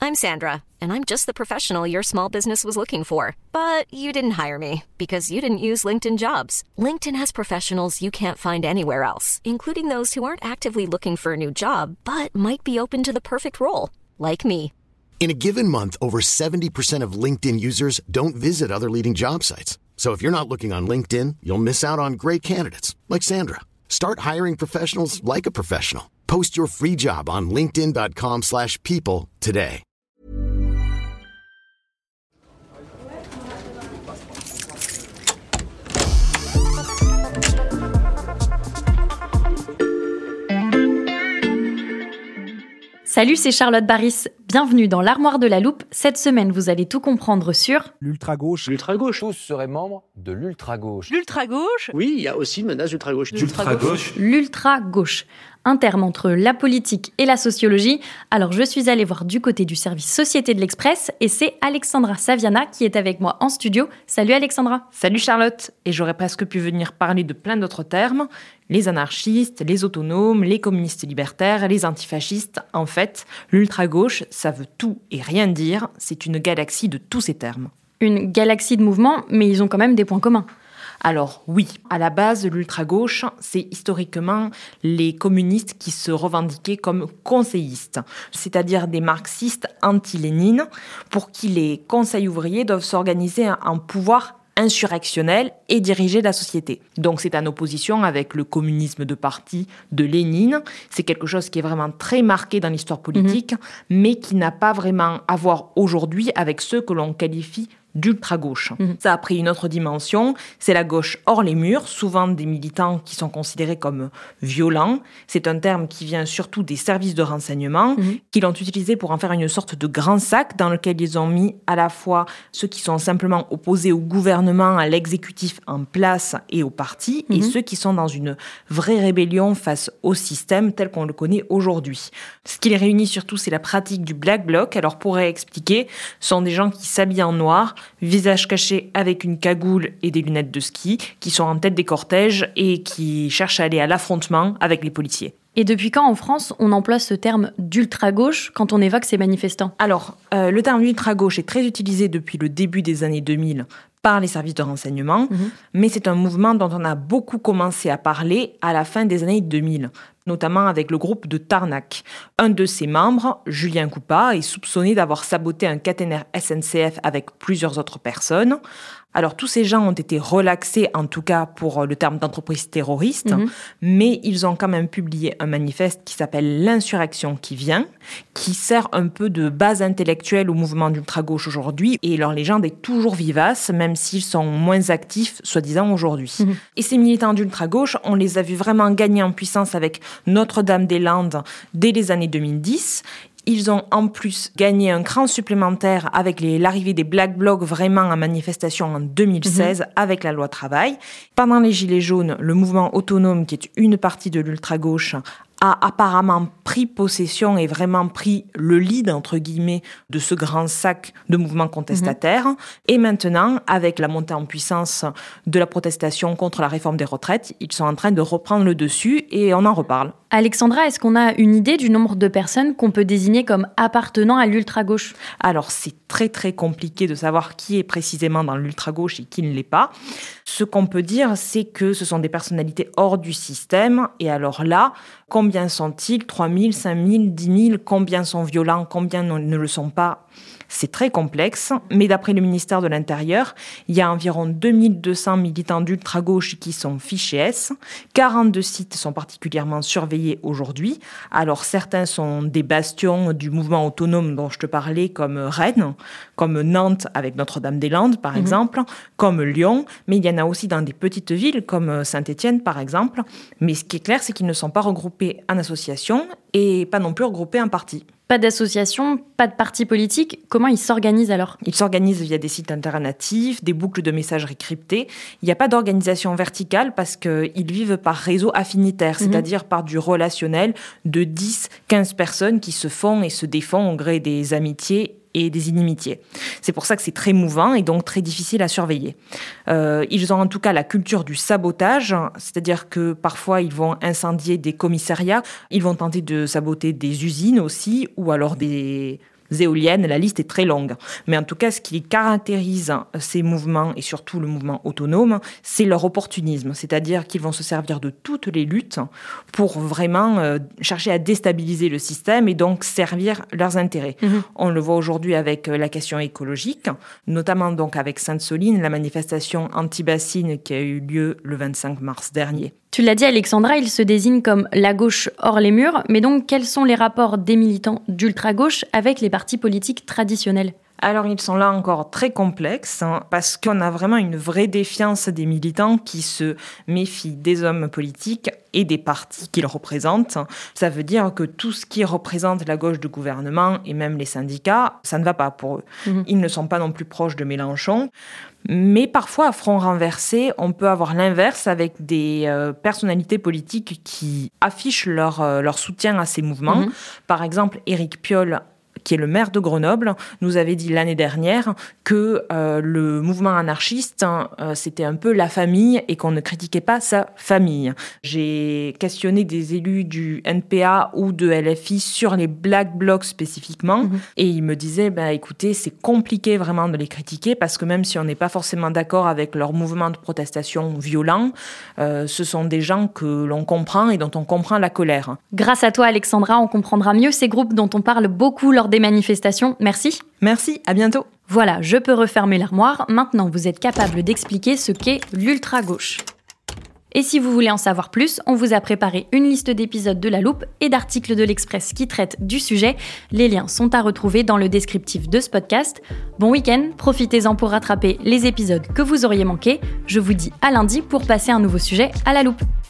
I'm Sandra, and I'm just the professional your small business was looking for. But you didn't hire me because you didn't use LinkedIn Jobs. LinkedIn has professionals you can't find anywhere else, including those who aren't actively looking for a new job, but might be open to the perfect role, like me. In a given month, over 70% of LinkedIn users don't visit other leading job sites. So if you're not looking on LinkedIn, you'll miss out on great candidates like Sandra. Start hiring professionals like a professional. Post your free job on linkedin.com/people today. Salut, c'est Charlotte Baris. Bienvenue dans l'Armoire de la Loupe. Cette semaine, vous allez tout comprendre sur... L'ultra-gauche. L'ultra-gauche. Tous seraient membres de l'ultra-gauche. L'ultra-gauche ? Oui, il y a aussi une menace d'ultra-gauche. L'ultra-gauche. L'ultra-gauche. Un terme entre la politique et la sociologie. Alors, je suis allée voir du côté du service Société de l'Express et c'est Alexandra Saviana qui est avec moi en studio. Salut Alexandra. Salut Charlotte. Et j'aurais presque pu venir parler de plein d'autres termes. Les anarchistes, les autonomes, les communistes libertaires, les antifascistes. En fait, l'ultra-gauche, ça veut tout et rien dire. C'est une galaxie de tous ces termes. Une galaxie de mouvements, mais ils ont quand même des points communs. Alors oui, à la base, l'ultra-gauche, c'est historiquement les communistes qui se revendiquaient comme conseillistes, c'est-à-dire des marxistes anti-Lénine, pour qui les conseils ouvriers doivent s'organiser en pouvoir insurrectionnel et diriger la société. Donc c'est en opposition avec le communisme de parti de Lénine. C'est quelque chose qui est vraiment très marqué dans l'histoire politique, mais qui n'a pas vraiment à voir aujourd'hui avec ceux que l'on qualifie d'ultra-gauche. Ça a pris une autre dimension, c'est la gauche hors les murs, souvent des militants qui sont considérés comme violents. C'est un terme qui vient surtout des services de renseignement, qui l'ont utilisé pour en faire une sorte de grand sac dans lequel ils ont mis à la fois ceux qui sont simplement opposés au gouvernement, à l'exécutif en place et au parti, et ceux qui sont dans une vraie rébellion face au système tel qu'on le connaît aujourd'hui. Ce qui les réunit surtout, c'est la pratique du Black Bloc. Alors pour expliquer, ce sont des gens qui s'habillent en noir, visage caché avec une cagoule et des lunettes de ski, qui sont en tête des cortèges et qui cherchent à aller à l'affrontement avec les policiers. Et depuis quand en France on emploie ce terme d'ultra-gauche quand on évoque ces manifestants ? Alors, le terme d'ultra-gauche est très utilisé depuis le début des années 2000 par les services de renseignement, mais c'est un mouvement dont on a beaucoup commencé à parler à la fin des années 2000, notamment avec le groupe de Tarnac. Un de ses membres, Julien Coupat, est soupçonné d'avoir saboté un caténaire SNCF avec plusieurs autres personnes. Alors, tous ces gens ont été relaxés, en tout cas pour le terme d'entreprise terroriste, mais ils ont quand même publié un manifeste qui s'appelle « L'insurrection qui vient », qui sert un peu de base intellectuelle au mouvement d'ultra-gauche aujourd'hui, et leur légende est toujours vivace, même s'ils sont moins actifs, soi-disant, aujourd'hui. Et ces militants d'ultra-gauche, on les a vus vraiment gagner en puissance avec Notre-Dame-des-Landes dès les années 2010. Ils ont en plus gagné un cran supplémentaire avec l'arrivée des Black Blocs vraiment en manifestation en 2016 avec la loi travail. Pendant les Gilets jaunes, le mouvement autonome, qui est une partie de l'ultra-gauche, a apparemment pris possession et vraiment pris le lead, entre guillemets, de ce grand sac de mouvements contestataires. Et maintenant, avec la montée en puissance de la protestation contre la réforme des retraites, ils sont en train de reprendre le dessus et on en reparle. Alexandra, est-ce qu'on a une idée du nombre de personnes qu'on peut désigner comme appartenant à l'ultra-gauche ? Alors, c'est très très compliqué de savoir qui est précisément dans l'ultra-gauche et qui ne l'est pas. Ce qu'on peut dire, c'est que ce sont des personnalités hors du système. Et alors là, combien sont-ils ? 3 000, 5 000, 10 000 ? Combien sont violents ? Combien ne le sont pas ? C'est très complexe, mais d'après le ministère de l'Intérieur, il y a environ 2200 militants d'ultra-gauche qui sont fichés S. 42 sites sont particulièrement surveillés aujourd'hui. Alors certains sont des bastions du mouvement autonome dont je te parlais, comme Rennes, comme Nantes avec Notre-Dame-des-Landes par exemple, comme Lyon, mais il y en a aussi dans des petites villes comme Saint-Étienne par exemple. Mais ce qui est clair, c'est qu'ils ne sont pas regroupés en association et pas non plus regroupés en parti. Pas d'association, pas de parti politique. Comment ils s'organisent alors ? Ils s'organisent via des sites alternatifs, des boucles de messagerie cryptées. Il n'y a pas d'organisation verticale parce qu'ils vivent par réseau affinitaire, c'est-à-dire par du relationnel de 10-15 personnes qui se font et se défont au gré des amitiés et des inimitiés. C'est pour ça que c'est très mouvant et donc très difficile à surveiller. Ils ont en tout cas la culture du sabotage, c'est-à-dire que parfois ils vont incendier des commissariats, ils vont tenter de saboter des usines aussi, ou alors des éoliennes, la liste est très longue. Mais en tout cas, ce qui caractérise ces mouvements, et surtout le mouvement autonome, c'est leur opportunisme. C'est-à-dire qu'ils vont se servir de toutes les luttes pour vraiment chercher à déstabiliser le système et donc servir leurs intérêts. On le voit aujourd'hui avec la question écologique, notamment donc avec Sainte-Soline, la manifestation anti-bassine qui a eu lieu le 25 mars dernier. Tu l'as dit Alexandra, ils se désignent comme la gauche hors les murs, mais donc quels sont les rapports des militants d'ultra-gauche avec les partis politiques traditionnels ? Alors, ils sont là encore très complexes, parce qu'on a vraiment une vraie défiance des militants qui se méfient des hommes politiques et des partis qu'ils représentent. Ça veut dire que tout ce qui représente la gauche du gouvernement et même les syndicats, ça ne va pas pour eux. Ils ne sont pas non plus proches de Mélenchon. Mais parfois, à front renversé, on peut avoir l'inverse avec des personnalités politiques qui affichent leur soutien à ces mouvements. Par exemple, Éric Piolle, qui est le maire de Grenoble, nous avait dit l'année dernière que le mouvement anarchiste, c'était un peu la famille et qu'on ne critiquait pas sa famille. J'ai questionné des élus du NPA ou de LFI sur les Black Blocs spécifiquement et ils me disaient, écoutez, c'est compliqué vraiment de les critiquer parce que même si on n'est pas forcément d'accord avec leur mouvement de protestation violent, ce sont des gens que l'on comprend et dont on comprend la colère. Grâce à toi Alexandra, on comprendra mieux ces groupes dont on parle beaucoup lors des manifestations. Merci. Merci, à bientôt. Voilà, je peux refermer l'armoire. Maintenant, vous êtes capable d'expliquer ce qu'est l'ultra-gauche. Et si vous voulez en savoir plus, on vous a préparé une liste d'épisodes de La Loupe et d'articles de l'Express qui traitent du sujet. Les liens sont à retrouver dans le descriptif de ce podcast. Bon week-end, profitez-en pour rattraper les épisodes que vous auriez manqués. Je vous dis à lundi pour passer un nouveau sujet à La Loupe.